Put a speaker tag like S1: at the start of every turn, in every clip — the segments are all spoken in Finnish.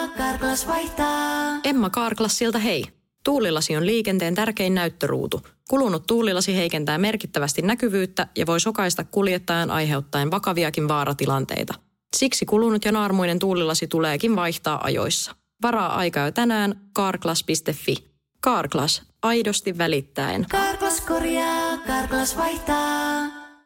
S1: Carglass vaihtaa.
S2: Emma Carglassilta hei. Tuulilasi on liikenteen tärkein näyttöruutu. Kulunut tuulilasi heikentää merkittävästi näkyvyyttä ja voi sokaista kuljettajan aiheuttaen vakaviakin vaaratilanteita. Siksi kulunut ja naarmuinen tuulilasi tuleekin vaihtaa ajoissa. Varaa aika jo tänään carglass.fi. Carglass, aidosti välittäen.
S1: Carglass korjaa, Carglass vaihtaa.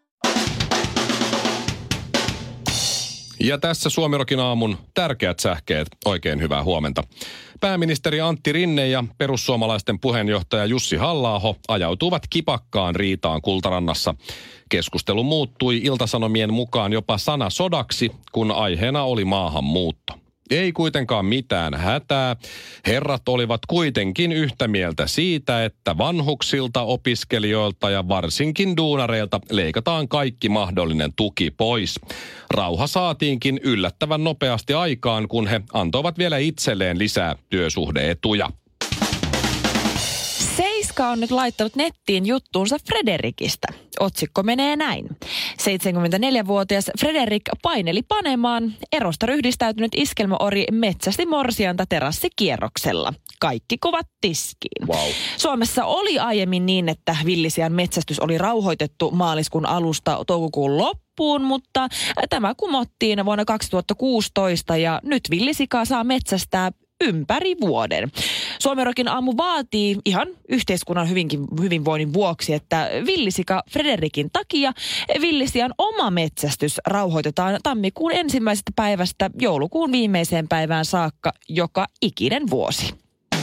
S3: Ja tässä Suomi-rokin aamun tärkeät sähkeet. Oikein hyvää huomenta. Pääministeri Antti Rinne ja perussuomalaisten puheenjohtaja Jussi Halla-aho ajautuivat kipakkaan riitaan Kultarannassa. Keskustelu muuttui Ilta-Sanomien mukaan jopa sanasodaksi, kun aiheena oli maahanmuutto. Ei kuitenkaan mitään hätää. Herrat olivat kuitenkin yhtä mieltä siitä, että vanhuksilta, opiskelijoilta ja varsinkin duunareilta leikataan kaikki mahdollinen tuki pois. Rauha saatiinkin yllättävän nopeasti aikaan, kun he antoivat vielä itselleen lisää työsuhde-etuja.
S4: Seiska on nyt laittanut nettiin juttuunsa Frederikistä. Otsikko menee näin. 74-vuotias Frederik paineli panemaan. Erosta ryhdistäytynyt iskelmäori metsästi morsianta terassikierroksella. Kaikki kovat tiskiin.
S3: Wow.
S4: Suomessa oli aiemmin niin, että villisian metsästys oli rauhoitettu maaliskuun alusta toukokuun loppuun, mutta tämä kumottiin vuonna 2016 ja nyt villisikaa saa metsästää ympäri vuoden. Suomi-rokin aamu vaatii ihan yhteiskunnan hyvinvoinnin vuoksi, että villisika Frederikin takia villisian oma metsästys rauhoitetaan tammikuun 1. päivästä joulukuun viimeiseen päivään saakka joka ikinen vuosi.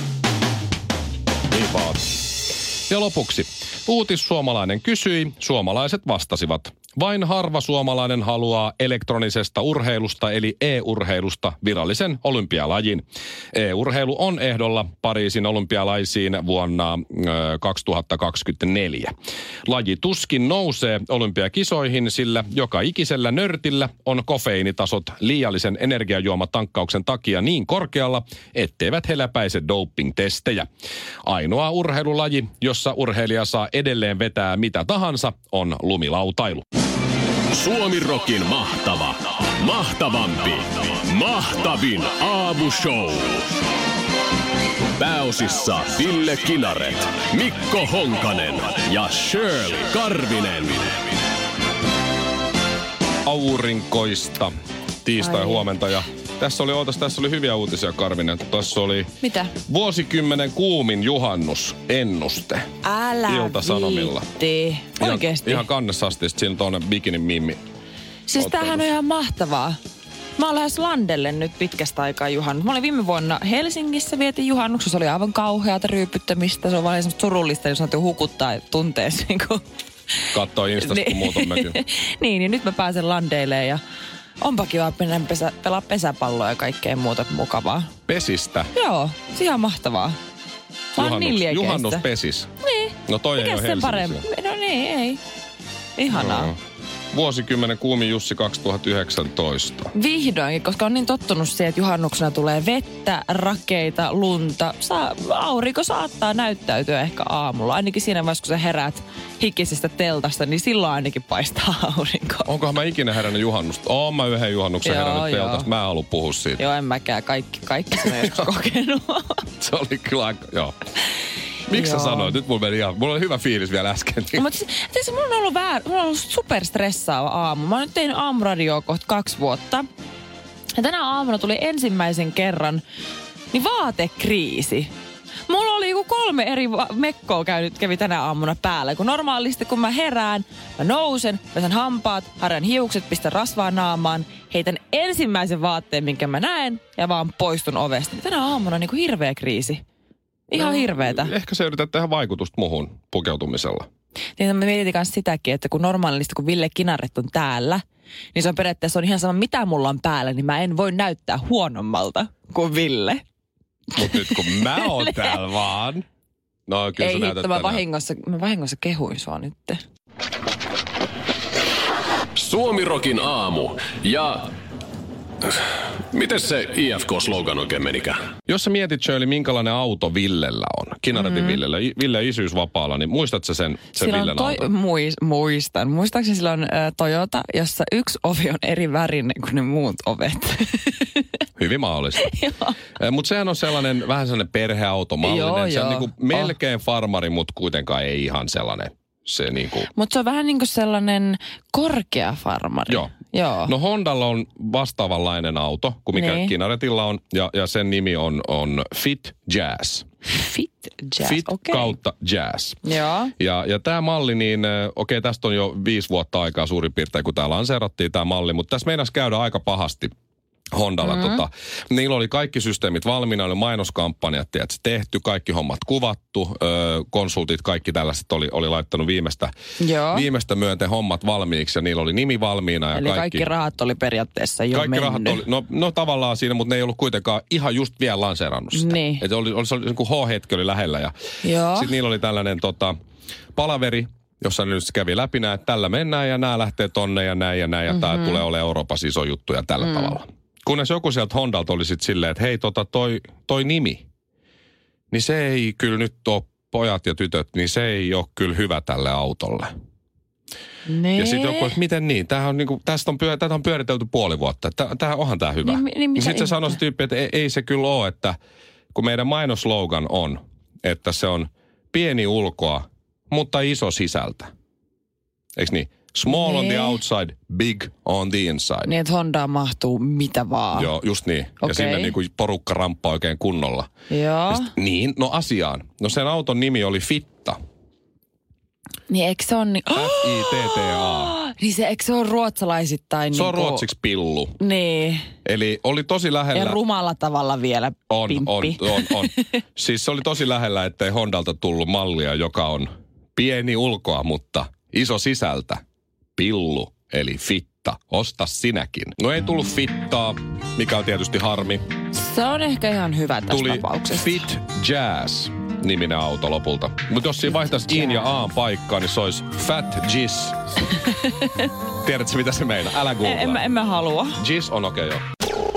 S3: Niin vaatii. Ja lopuksi. Uutissuomalainen kysyi, suomalaiset vastasivat. Vain harva suomalainen haluaa elektronisesta urheilusta eli e-urheilusta virallisen olympialajin. E-urheilu on ehdolla Pariisin olympialaisiin vuonna 2024. Laji tuskin nousee olympiakisoihin, sillä joka ikisellä nörtillä on kofeiinitasot liiallisen energiajuomatankkauksen takia niin korkealla, etteivät he läpäise doping-testejä. Ainoa urheilulaji, jossa urheilija saa edelleen vetää mitä tahansa, on lumilautailu.
S5: Suomi-rokin mahtava, mahtavampi, mahtavin aamushow. Pääosissa Ville Kinaret, Mikko Honkanen ja Shirley Karvinen.
S3: Aurinkoista tiistai-huomenta ja tässä oli hyviä uutisia, Karvinen. Tässä oli
S4: Mitä?
S3: Vuosikymmenen kuumin juhannusennuste.
S4: Älä
S3: Ilta-Sanomilla.
S4: viitti. Oikeesti?
S3: Ihan kannessa asti, siinä on tuonne bikinin mimmi.
S4: Siis tämähän on ihan mahtavaa. Mä oon lähes Landelle nyt pitkästä aikaa juhannus. Mä olin viime vuonna Helsingissä, vietin juhannuksessa. Se oli aivan kauheata ryypyttämistä. Se on vaan semmoista surullista, jos sanottu hukuttaa tunteessa.
S3: Kattoo Instasta, kun muut on mökin.
S4: Niin nyt mä pääsen Landeille ja onpa kiva pelaa pesäpalloa ja kaikkea muuta mukavaa.
S3: Pesistä?
S4: Joo, se ihan mahtavaa.
S3: Juhannuspesis.
S4: Niin.
S3: No toi ei ole Helsingissä.
S4: No niin, ei. Ihanaa.
S3: No. Vuosikymmenen kuumin Jussi 2019.
S4: Vihdoinkin, koska on niin tottunut siihen, että juhannuksena tulee vettä, rakeita, lunta. Aurinko saattaa näyttäytyä ehkä aamulla. Ainakin siinä vaiheessa, kun sä heräät hikisestä teltasta, niin silloin ainakin paistaa aurinko.
S3: Onkohan mä ikinä herännyt juhannusta? Oon mä yhden juhannuksen herännyt teltasta. Mä en halua puhua siitä.
S4: Joo, en mäkään. Kaikki sen on joskus kokenut.
S3: Se oli kyllä joo. Miksi sä sanoit? Nyt mulla oli hyvä fiilis vielä äsken.
S4: Mutta mulla on ollut superstressaava aamu. Mä nyt tein aamuradioa kohta 2 vuotta. Ja tänä aamuna tuli ensimmäisen kerran niin vaatekriisi. Mulla oli joku 3 eri mekkoa kävi tänä aamuna päällä. Kun normaalisti kun mä herään, mä nousen, pesen hampaat, harjan hiukset, pistän rasvaa naamaan, heitän ensimmäisen vaatteen, minkä mä näen, ja vaan poistun ovesta. Tänä aamuna niin kuin hirveä kriisi. Ihan hirveetä.
S3: Ehkä sä yrität tehdä vaikutusta muhun pukeutumisella.
S4: Niin mä mietin kanssa sitäkin, että kun normaalisti kun Ville Kinaret on täällä, niin se on periaatteessa ihan sama mitä mulla on päällä, niin mä en voi näyttää huonommalta kuin Ville.
S3: Mut nyt kun mä oon täällä vaan. No kyllä sä näytät tänään.
S4: Mä vahingossa kehuin sua nyt.
S5: Suomi-rokin aamu ja Miten se IFK-slogan oikein menikään?
S3: Jos sä mietit, Shirley, minkälainen auto Villellä on, Kinaretin Villellä, Ville isyysvapaalla, niin muistatko sen Villen auton?
S4: Muistan. Muistaakseni sillä on Toyota, jossa yksi ovi on eri värinen kuin ne muut ovet.
S3: Hyvin mahdollista. Mutta sehän on sellainen, vähän sellainen perheautomallinen. Se on niinku melkein farmari, mutta kuitenkaan ei ihan sellainen.
S4: Mutta se on vähän niin kuin sellainen korkea farmari.
S3: Joo. No Hondalla on vastaavanlainen auto kuin mikä Kinaretilla on, ja sen nimi on Fit Jazz.
S4: Fit Jazz,
S3: Fit kautta Jazz.
S4: Joo.
S3: Ja tämä malli, niin tästä on jo 5 vuotta aikaa suurin piirtein, kun tämä lanseerattiin tämä malli, mutta tässä meinasi käydä aika pahasti Hondalla. Niillä oli kaikki systeemit valmiina, oli mainoskampanjat tehty, kaikki hommat kuvattu, konsultit, kaikki tällaiset oli laittanut viimeistä myönten hommat valmiiksi ja niillä oli nimi valmiina.
S4: Eli kaikki rahat oli periaatteessa jo
S3: kaikki
S4: mennyt.
S3: Rahat oli, no tavallaan siinä, mutta ne ei ollut kuitenkaan ihan just vielä lanseerannut sitä.
S4: Niin.
S3: Että oli niin kuin H-hetki oli lähellä ja sitten niillä oli tällainen palaveri, jossa ne nyt kävi läpi että tällä mennään ja nämä lähtee tonne ja näin ja tämä tulee olemaan Euroopassa iso juttu ja tällä tavalla. Kunnes joku sieltä Hondalta oli sitten silleen, että hei toi nimi, niin se ei kyllä nyt ole pojat ja tytöt, niin se ei ole kyllä hyvä tälle autolle.
S4: Nee.
S3: Ja sitten joku, että miten niin? Tämähän on niinku, tätä on pyöritelty puoli vuotta. Onhan tämä hyvä. Niin sitten se sanoi se tyyppi, että ei se kyllä ole, että kun meidän mainoslogan on, että se on pieni ulkoa, mutta iso sisältä. Eikö niin? Small on the outside, big on the inside.
S4: Niin, että Hondaan mahtuu mitä vaan.
S3: Joo, just niin. Okay. Ja sinne niinku porukka ramppaa oikein kunnolla.
S4: Joo.
S3: Niin, no asiaan. No sen auton nimi oli Fitta.
S4: Niin eikö se on niin...
S3: F-I-T-T-A.
S4: Niin eikö se ole ruotsalaisittain
S3: se on ruotsiksi pillu.
S4: Niin.
S3: Eli oli tosi lähellä...
S4: Ja rumalla tavalla vielä pimppi.
S3: On. Siis se oli tosi lähellä, ettei Hondalta tullut mallia, joka on pieni ulkoa, mutta iso sisältä. Pillu, eli Fitta. Osta sinäkin. No ei tullut Fittaa, mikä on tietysti harmi.
S4: Se on ehkä ihan hyvä tässä tapauksessa.
S3: Tuli Fit Jazz -niminen auto lopulta. Mutta jos siinä vaihtaisi Iin ja Aan paikkaa, niin se olisi Fat Jizz. Tiedätkö mitä se meinaa? Älä googlaa.
S4: En mä halua.
S3: Jizz on okei, joo.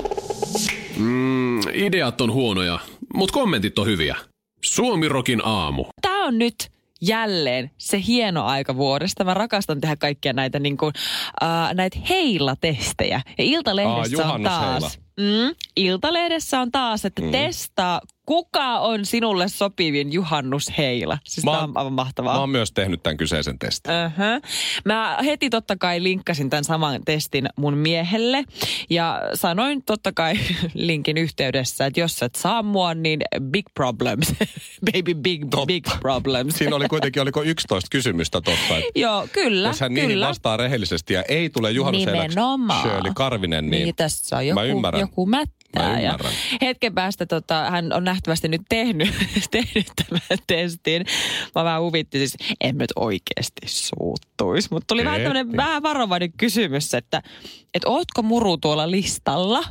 S5: Ideat on huonoja, mutta kommentit on hyviä. Suomirokin aamu.
S4: Tää on nyt jälleen se hieno aika vuodesta. Mä rakastan tehdä kaikkia näitä, näitä heilatestejä. Ja Iltalehdessä on taas... Iltalehdessä on taas, että testaa, kuka on sinulle sopivin juhannusheila. Siis tämä on aivan mahtavaa.
S3: Mä oon myös tehnyt tämän kyseisen testin.
S4: Mä heti totta kai linkkasin tämän saman testin mun miehelle. Ja sanoin totta kai linkin yhteydessä, että jos et saa mua, niin big problems. Baby big problems.
S3: Siinä oli kuitenkin, oliko 11 kysymystä totta?
S4: Joo, kyllä.
S3: Jos hän niihin vastaa rehellisesti ja ei tule juhannusheilaksi Shirley Karvinen, niin tässä on
S4: joku mättää. Ja hetken päästä hän on nähtävästi nyt tehnyt tämän testin. Mä vähän huvittin, siis en nyt oikeasti suuttuisi. Mutta tuli vähän tämmöinen vähän varovainen kysymys, että ootko muru tuolla listalla?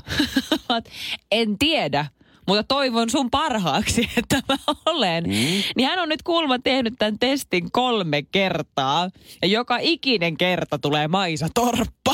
S4: En tiedä. Mutta toivon sun parhaaksi, että mä olen. Niin hän on nyt kuulemma tehnyt tämän testin 3 kertaa. Ja joka ikinen kerta tulee Maisa Torppa.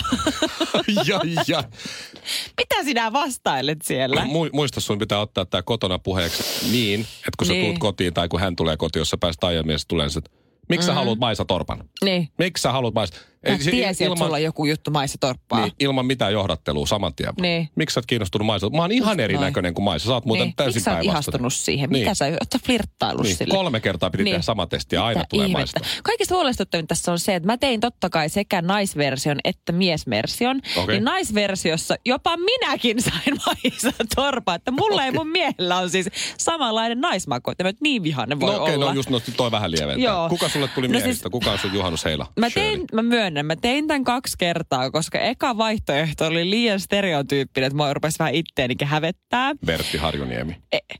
S3: Ja.
S4: Mitä sinä vastailet siellä?
S3: Muista, sun pitää ottaa tämä kotona puheeksi niin, että kun sä tulet kotiin tai kun hän tulee kotiin, jos sä pääset aiemmin, ja tulee että miksi sä haluat Maisa Torpan?
S4: Niin.
S3: Miksi sä haluat Maisa?
S4: Mä tiesin, että sulla on joku juttu Maisa Torppaa.
S3: Niin, ilman mitään johdattelua saman tien.
S4: Niin.
S3: Miksi sä oot kiinnostunut Maisa? Mä oon ihan erinäköinen kuin Maisa. Sä oot muuten täysin päinvastainen.
S4: Miksi sä oot ihastunut siihen?
S3: Niin.
S4: Mitä sä oot flirttaillut sille?
S3: 3 kertaa piti tehdä sama testi ja aina tulee Maista.
S4: Kaikista huolestuttavin tässä on se, että mä tein totta kai sekä naisversion että miesversion. Okay. Niin naisversiossa jopa minäkin sain Maisa Torpaa. Että mulla ei mun miehellä on siis samanlainen naismaku. Että niin vihainen voi olla.
S3: No just toi vähän lieventää. Joo. Kuka sulle tuli miehistä? Kuka on sun juhannusheila?
S4: Mä myönnän, mä tein tämän 2 kertaa, koska eka vaihtoehto oli liian stereotyyppinen, että mä rupesi vähän itteenikin hävettää.
S3: Vertti Harjuniemi.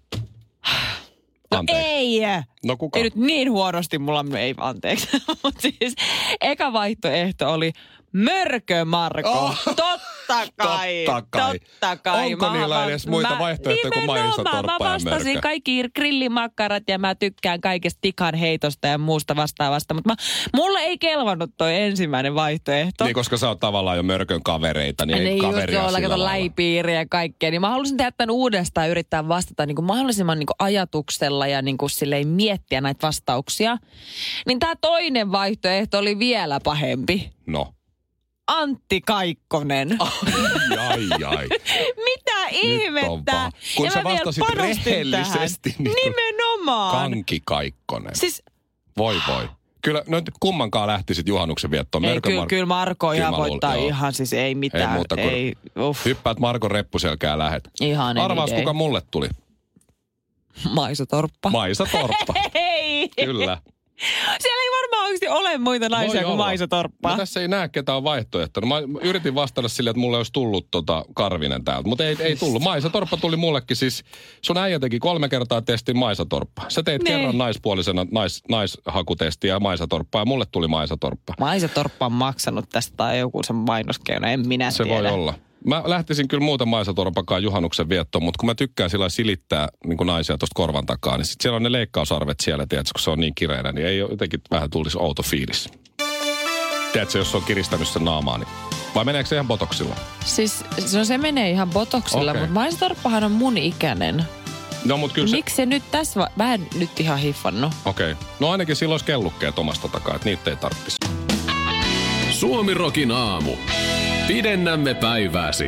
S4: No ei!
S3: No kuka?
S4: Ei nyt niin huonosti mulla, ei anteeksi. Mutta siis eka vaihtoehto oli Mörkö-Marko. Totta kai.
S3: Onko niillä edes muita vaihtoehtoja kuin Maisa Torppa ja Mörkö?
S4: Mä vastasin kaikki grillimakkarat ja mä tykkään kaikesta tikan heitosta ja muusta vastaavasta. Mutta mulle ei kelvannut toi ensimmäinen vaihtoehto.
S3: Niin, koska sä oot tavallaan jo Mörkön kavereita, niin ei kaveria
S4: just
S3: sillä lailla.
S4: läipiiriä ja kaikkea. Niin mä halusin tehdä tämän uudestaan ja yrittää vastata niin kuin mahdollisimman niin kuin ajatuksella ja niin kuin silleen miettiä näitä vastauksia. Niin tää toinen vaihtoehto oli vielä pahempi.
S3: No.
S4: Antti Kaikkonen.
S3: Ai.
S4: Mitä ihmettä?
S3: Kun
S4: ja
S3: sä vastasit rehellisesti. Niin
S4: nimenomaan.
S3: Kanki Kaikkonen.
S4: Siis
S3: Voi. Kyllä, no kummankaan lähtisit juhannuksen viettoon.
S4: Kyllä Marko ihan voittaa ihan, siis ei mitään.
S3: Ei muuta kuin hyppäät Markon reppuselkään lähet.
S4: Ihan
S3: Arvaas, kuka mulle tuli?
S4: Maisa Torppa. Hei!
S3: Kyllä.
S4: Siellä ei varmaan oikeasti ole muita naisia kuin Maisa Torppa.
S3: No tässä ei näe ketään vaihtoehtoa. Mä yritin vastata sille, että mulle olisi tullut Karvinen täältä, mutta ei tullut. Maisa Torppa tuli mullekin siis. Sun äijä teki 3 kertaa testin Maisa Torppa. Sä teit kerran naispuolisena naishakutestiä ja Maisa Torppaa ja mulle tuli Maisa Torppa. Maisa
S4: Torppa on maksanut tästä tai joku sen mainoskeino, en minä
S3: tiedä. Se voi olla. Mä lähtisin kyllä muuta Maisa Torpakaan juhannuksen viettoon, mutta kun mä tykkään sillä silittää niin kuin naisia tuosta korvan takaa, niin sit siellä on ne leikkausarvet siellä, tiedätkö, kun se on niin kireänä, niin ei jotenkin vähän tulisi outo fiilis. Tiedätkö, jos se on kiristänyt sen naamaa, niin vai meneekö se ihan botoksilla?
S4: Siis se menee ihan botoksilla, mutta Maisa Torppahan on mun ikäinen.
S3: No, mutta kyllä
S4: miksi se nyt tässä mä en nyt ihan hiffannut.
S3: Okei. No ainakin silloin olisi kellukkeet omasta takaa, että niitä ei tarvitsisi.
S5: Suomirokin aamu. Pidennämme päivääsi.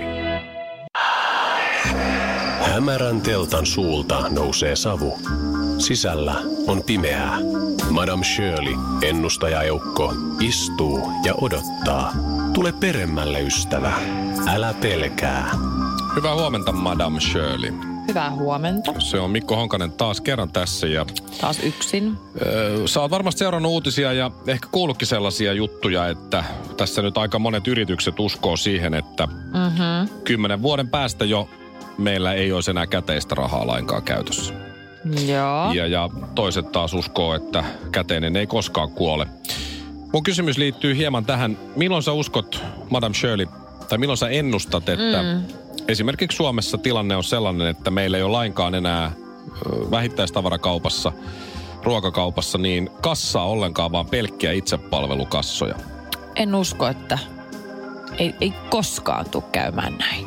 S5: Hämärän teltan suulta nousee savu. Sisällä on pimeää. Madame Shirley, ennustajaeukko, istuu ja odottaa. Tule peremmälle, ystävä. Älä pelkää.
S3: Hyvää huomenta, Madame Shirley.
S4: Hyvää huomenta.
S3: Se on Mikko Honkanen taas kerran tässä. Ja
S4: taas yksin.
S3: Sä oot varmasti seurannut uutisia ja ehkä kuullutkin sellaisia juttuja, että tässä nyt aika monet yritykset uskoo siihen, että 10 vuoden päästä jo meillä ei olisi enää käteistä rahaa lainkaan käytössä.
S4: Joo.
S3: Ja toiset taas uskoo, että käteinen ei koskaan kuole. Mun kysymys liittyy hieman tähän. Milloin sä uskot, Madame Shirley, tai milloin sä ennustat, että esimerkiksi Suomessa tilanne on sellainen, että meillä ei ole lainkaan enää vähittäistavarakaupassa, ruokakaupassa, niin kassaa ollenkaan, vaan pelkkiä itsepalvelukassoja.
S4: En usko, että ei koskaan tule käymään näin.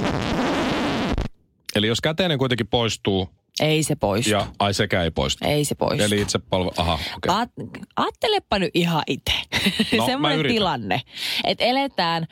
S3: Eli jos käteinen kuitenkin poistuu.
S4: Ei se poistu.
S3: Ja sekä ei poistu.
S4: Ei se poistu.
S3: Eli itsepalvelu, okei.
S4: Aattelepa nyt ihan itse.
S3: No,
S4: semmoinen tilanne, että eletään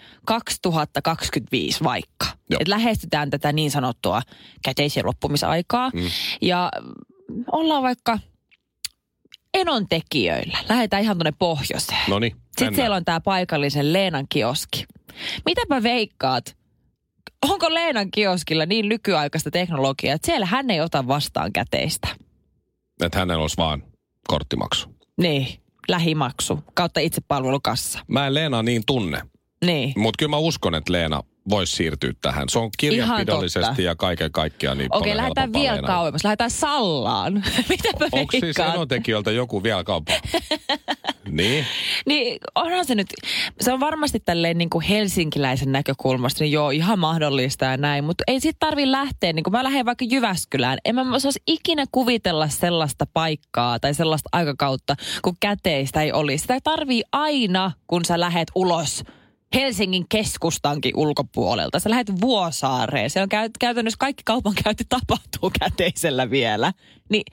S4: 2025 vaikka. Että lähestytään tätä niin sanottua käteisen loppumisaikaa. Ja ollaan vaikka enontekijöillä. Lähdetään ihan tuonne pohjoiseen.
S3: Noniin.
S4: Sitten siellä on tää paikallisen Leenan kioski. Mitäpä veikkaat? Onko Leenan kioskilla niin nykyaikaista teknologiaa, että siellä hän ei ota vastaan käteistä?
S3: Että hänellä olisi vaan korttimaksu.
S4: Niin, lähimaksu kautta itsepalvelukassa.
S3: Mä en Leenaa niin tunne.
S4: Niin.
S3: Mutta kyllä mä uskon, että Leena voisi siirtyä tähän. Se on kirjanpidollisesti ja kaiken kaikkiaan niin paljon helpompaa.
S4: Okei, lähdetään vielä kauemmas. Lähdetään Sallaan. Mitäpä veikkaat?
S3: Onko siis enontekijöiltä joku vielä kauempaa? Niin.
S4: Niin, onhan se nyt, se on varmasti tälleen niin kuin helsinkiläisen näkökulmasta, niin joo, ihan mahdollista ja näin, mutta ei siitä tarvitse lähteä, niin kuin mä lähden vaikka Jyväskylään, en mä osaisi ikinä kuvitella sellaista paikkaa tai sellaista aikakautta, kun käteistä ei olisi. Sitä tarvii aina, kun sä lähet ulos Helsingin keskustankin ulkopuolelta. Sä lähet Vuosaareen, se on käytännössä kaikki kaupankäynti tapahtuu käteisellä vielä. Niin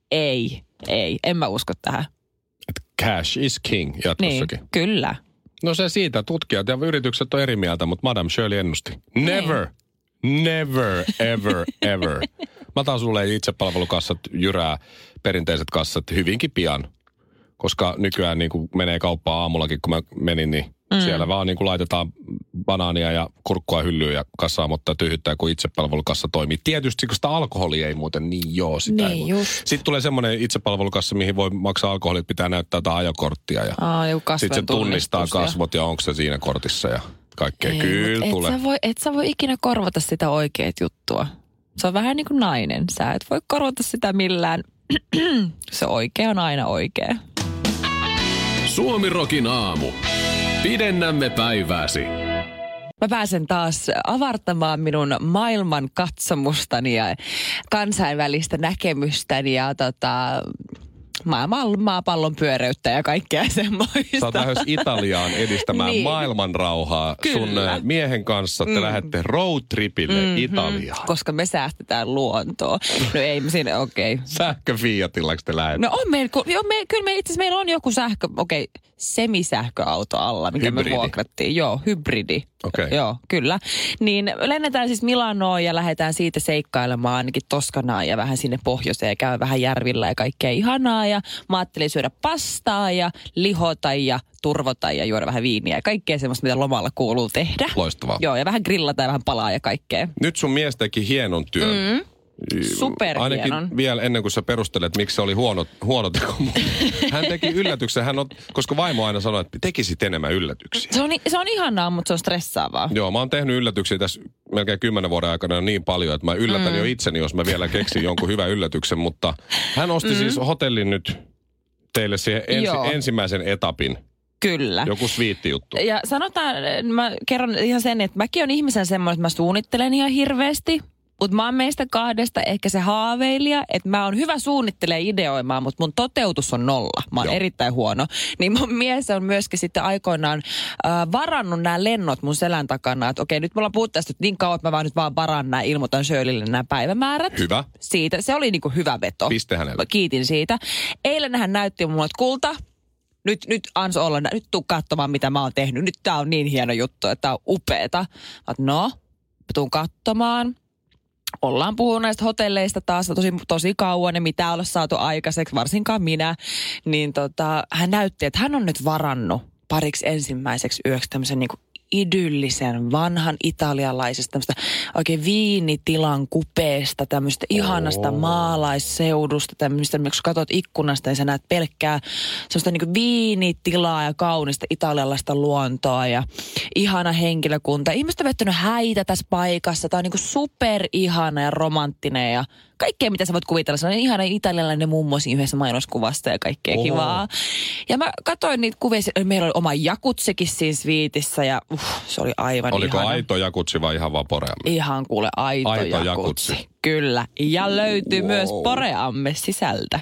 S4: en mä usko tähän.
S3: Cash is king jatkossakin.
S4: Niin, kyllä.
S3: No se siitä, tutkijat ja yritykset on eri mieltä, mutta Madame Shirley ennusti. Never, ever. Mä taas sulle itsepalvelukassat jyrää, perinteiset kassat hyvinkin pian. Koska nykyään niin kuin menee kauppaan aamullakin, kun mä menin, niin siellä vaan niin kuin laitetaan banaania ja kurkkua hyllyyn ja kassaa, mutta tyhjyttää, kun itsepalvelukassa toimii. Tietysti, kun sitä alkoholia ei muuten niin joo. Sitä
S4: niin just.
S3: Sitten tulee semmoinen itsepalvelukassa, mihin voi maksaa alkoholit, pitää näyttää jotain ajokorttia. Ja sitten se tunnistaa kasvot ja onko se siinä kortissa ja kaikkea. Ei, kyllä tulee.
S4: Et sä voi ikinä korvata sitä oikeat juttua. Se on vähän niin kuin nainen. Sä et voi korvata sitä millään. Se oikea on aina oikea.
S5: Suomirokin aamu. Pidennämme päivääsi.
S4: Mä pääsen taas avartamaan minun maailman katsomustani ja kansainvälistä näkemystäni ja maapallon pyöreyttä ja kaikkea semmoista.
S3: Sä oot lähes Italiaan edistämään
S4: Niin.
S3: maailmanrauhaa.
S4: Kyllä.
S3: Sun miehen kanssa te lähdette roadtripille Italiaan.
S4: Koska me säästetään luontoa. No ei me siinä, okei.
S3: Sähköfiatillako te lähdette?
S4: No on meillä, kyllä me itse asiassa meillä on joku semisähköauto alla, mikä
S3: Hybridi.
S4: me vuokrattiin. Joo, hybridi.
S3: Okei.
S4: Joo, kyllä. Niin lennetään siis Milanoon ja lähdetään siitä seikkailemaan ainakin Toskanaan ja vähän sinne pohjoiseen ja käy vähän järvillä ja kaikkea ihanaa. Ja mä ajattelin syödä pastaa ja lihota ja turvota ja juoda vähän viiniä ja kaikkea semmoista, mitä lomalla kuuluu tehdä.
S3: Loistavaa.
S4: Joo, ja vähän grillata ja vähän palaa ja kaikkea.
S3: Nyt sun mies teki hienon työn.
S4: Superhienon.
S3: Ainakin vielä ennen kuin sä perustelet, miksi se oli huono teko. Hän teki yllätyksen, koska vaimo aina sanoi, että tekisit enemmän yllätyksiä.
S4: Se on ihanaa, mutta se on stressaavaa.
S3: Joo, mä oon tehnyt yllätyksiä tässä melkein 10 vuoden aikana niin paljon, että mä yllätän jo itseni, jos mä vielä keksin jonkun hyvän yllätyksen. Mutta hän osti siis hotellin nyt teille siihen ensimmäisen etapin.
S4: Kyllä.
S3: Joku sviittijuttu.
S4: Ja sanotaan, mä kerron ihan sen, että mäkin on ihmisen semmoinen, että mä suunnittelen ihan hirveästi. Mutta mä oon meistä kahdesta ehkä se haaveilija, että mä oon hyvä suunnittelemaan ideoimaan, mutta mun toteutus on 0. Mä oon erittäin huono. Niin mun mies on myöskin sitten aikoinaan varannut nämä lennot mun selän takana. Että okei, nyt me ollaan puhuttu tästä niin kauan, että mä nyt vaan varan nämä, ilmoitan Shirleylle nämä päivämäärät.
S3: Hyvä.
S4: Siitä, se oli niinku hyvä veto.
S3: Piste hänelle.
S4: Mä kiitin siitä. Eilen hän näytti mulle, että kulta, nyt anso olla, nyt tuu katsomaan mitä mä oon tehnyt. Nyt tää on niin hieno juttu, että tää on upeeta. Mä tuun katsomaan. Ollaan puhunut näistä hotelleista taas tosi kauan ja mitä olla saatu aikaiseksi, varsinkaan minä. Niin hän näytti, että hän on nyt varannut pariksi ensimmäiseksi yöksi tämmöisen niinku idyllisen, vanhan italialaisesta, tämmöistä oikein viinitilan kupeesta, tämmöistä ihanasta maalaisseudusta, tämmöistä, kun katsot ikkunasta, niin sä näet pelkkää semmoista niin kuin viinitilaa ja kaunista italialaista luontoa ja ihana henkilökunta. Ihmiset on vettänyt häitä tässä paikassa. Tää on niin kuin superihana ja romanttinen ja kaikkea, mitä sä voit kuvitella. Se on ihana italialainen mummo siinä yhdessä mainoskuvasta ja kaikkea kivaa. Ja mä katsoin niitä kuvia. Meillä oli oma jakutsikin siinä sviitissä ja se oli aivan
S3: Oliko
S4: ihana.
S3: aito jakutsi vai ihan vaan poreamme?
S4: Ihan kuule aito jakutsi. Kyllä. Ja löytyy myös poreamme sisältä.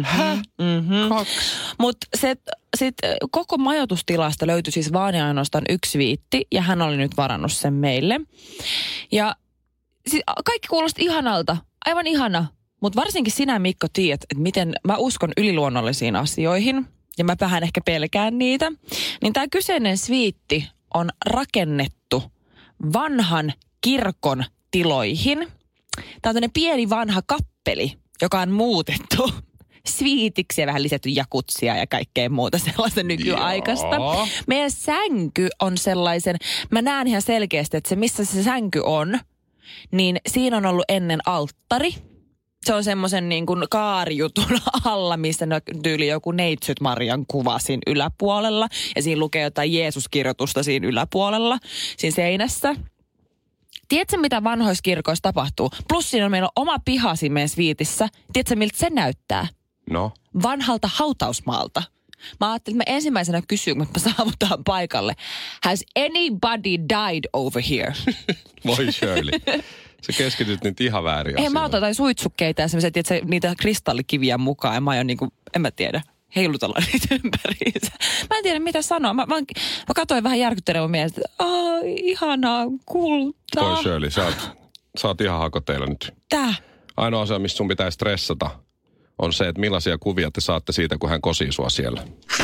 S4: Mutta koko majoitustilasta löytyi siis vaan ja ainoastaan yksi sviitti ja hän oli nyt varannut sen meille. Ja siis kaikki kuulosti ihanalta. Aivan ihana. Mutta varsinkin sinä, Mikko, tiedät, että miten mä uskon yliluonnollisiin asioihin. Ja mä vähän ehkä pelkään niitä. Niin tämä kyseinen sviitti on rakennettu vanhan kirkon tiloihin. Tämä on tämmöinen pieni vanha kappeli, joka on muutettu sviitiksi ja vähän lisätty jakutsia ja kaikkea muuta sellaista nykyaikaista.
S3: Joo.
S4: Meidän sänky on sellaisen, mä näen ihan selkeästi, että se missä se sänky on, niin siinä on ollut ennen alttari. Se on semmoisen niin kuin kaarijutun alla, missä tyyli joku Neitsyt Marian kuva siinä yläpuolella. Ja siinä lukee jotain Jeesus-kirjoitusta siinä yläpuolella, siinä seinässä. Tiedätkö, mitä vanhoissa kirkoissa tapahtuu? Plus siinä on meillä oma piha siinä meidän sviitissä. Tiedätkö, miltä se näyttää?
S3: No.
S4: Vanhalta hautausmaalta. Mä ajattelin, että mä ensimmäisenä kysyn, kun me saavutaan paikalle. Has anybody died over here?
S3: Voi Shirley. Sä keskityt nyt ihan väärin
S4: Ei,
S3: asioihin.
S4: mä otan jotain suitsukkeita ja semmoisia, että niitä kristallikiviä mukaan. Ja mä aion niinku, en mä tiedä, heilutella niitä ympäriinsä. Mä en tiedä, mitä sanoa. Mä katsoin vähän järkyttäneen mielestä, että ihanaa kultaa.
S3: Voi Shirley, sä oot ihan hakoteilla nyt.
S4: Tää?
S3: Ainoa asia, mistä sun pitää stressata, on se, että millaisia kuvia te saatte siitä, kun hän kosii sua siellä.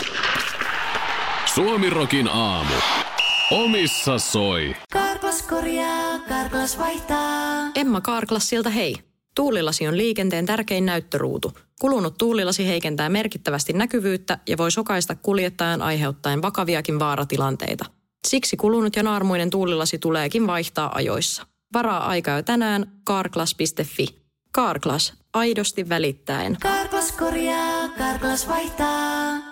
S5: Suomirokin aamu. Omissa soi.
S1: Karklas korjaa, Karklas vaihtaa.
S2: Emma Karklassilta hei. Tuulilasi on liikenteen tärkein näyttöruutu. Kulunut tuulilasi heikentää merkittävästi näkyvyyttä ja voi sokaista kuljettajan aiheuttaen vakaviakin vaaratilanteita. Siksi kulunut ja naarmuinen tuulilasi tuleekin vaihtaa ajoissa. Varaa aikaa jo tänään karklas.fi. Karklas, aidosti välittäen.
S1: Karklas korjaa, Karklas vaihtaa.